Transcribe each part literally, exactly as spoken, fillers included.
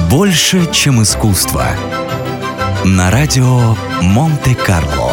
Больше, чем искусство. На радио Монте-Карло.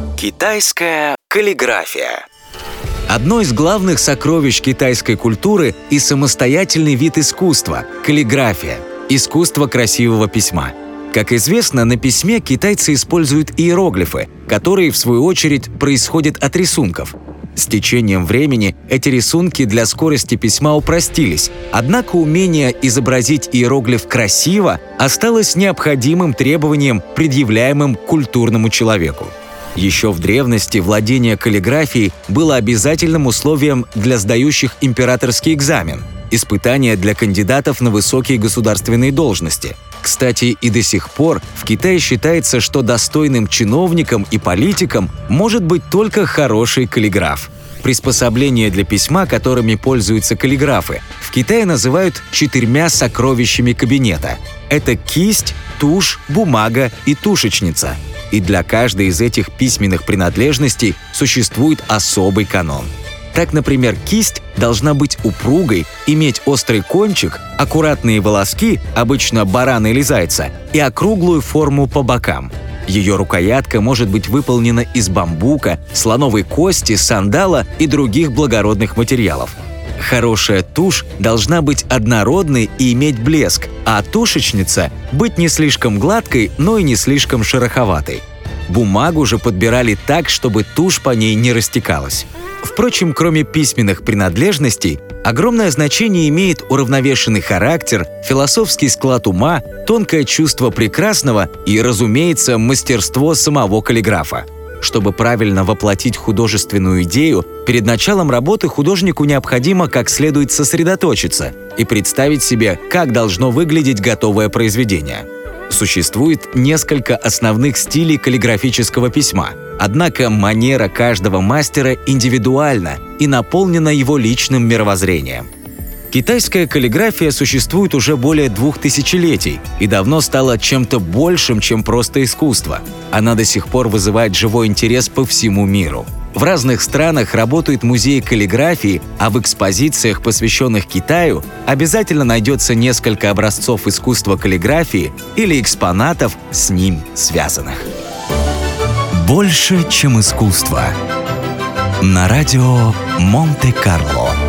Китайская каллиграфия. Одно из главных сокровищ китайской культуры и самостоятельный вид искусства – каллиграфия, искусство красивого письма. Как известно, на письме китайцы используют иероглифы, которые, в свою очередь, происходят от рисунков. С течением времени эти рисунки для скорости письма упростились, однако умение изобразить иероглиф красиво осталось необходимым требованием, предъявляемым культурному человеку. Еще в древности владение каллиграфией было обязательным условием для сдающих императорский экзамен, испытание для кандидатов на высокие государственные должности. Кстати, и до сих пор в Китае считается, что достойным чиновником и политиком может быть только хороший каллиграф. Приспособления для письма, которыми пользуются каллиграфы, в Китае называют четырьмя сокровищами кабинета. Это кисть, тушь, бумага и тушечница. И для каждой из этих письменных принадлежностей существует особый канон. Так, например, кисть должна быть упругой, иметь острый кончик, аккуратные волоски, обычно барана или зайца, и округлую форму по бокам. Ее рукоятка может быть выполнена из бамбука, слоновой кости, сандала и других благородных материалов. Хорошая тушь должна быть однородной и иметь блеск, а тушечница – быть не слишком гладкой, но и не слишком шероховатой. Бумагу же подбирали так, чтобы тушь по ней не растекалась. Впрочем, кроме письменных принадлежностей, огромное значение имеет уравновешенный характер, философский склад ума, тонкое чувство прекрасного и, разумеется, мастерство самого каллиграфа. Чтобы правильно воплотить художественную идею, перед началом работы художнику необходимо как следует сосредоточиться и представить себе, как должно выглядеть готовое произведение. Существует несколько основных стилей каллиграфического письма, однако манера каждого мастера индивидуальна и наполнена его личным мировоззрением. Китайская каллиграфия существует уже более двух тысячелетий и давно стала чем-то большим, чем просто искусство. Она до сих пор вызывает живой интерес по всему миру. В разных странах работают музеи каллиграфии, а в экспозициях, посвященных Китаю, обязательно найдется несколько образцов искусства каллиграфии или экспонатов с ним связанных. Больше, чем искусство. На радио Монте-Карло.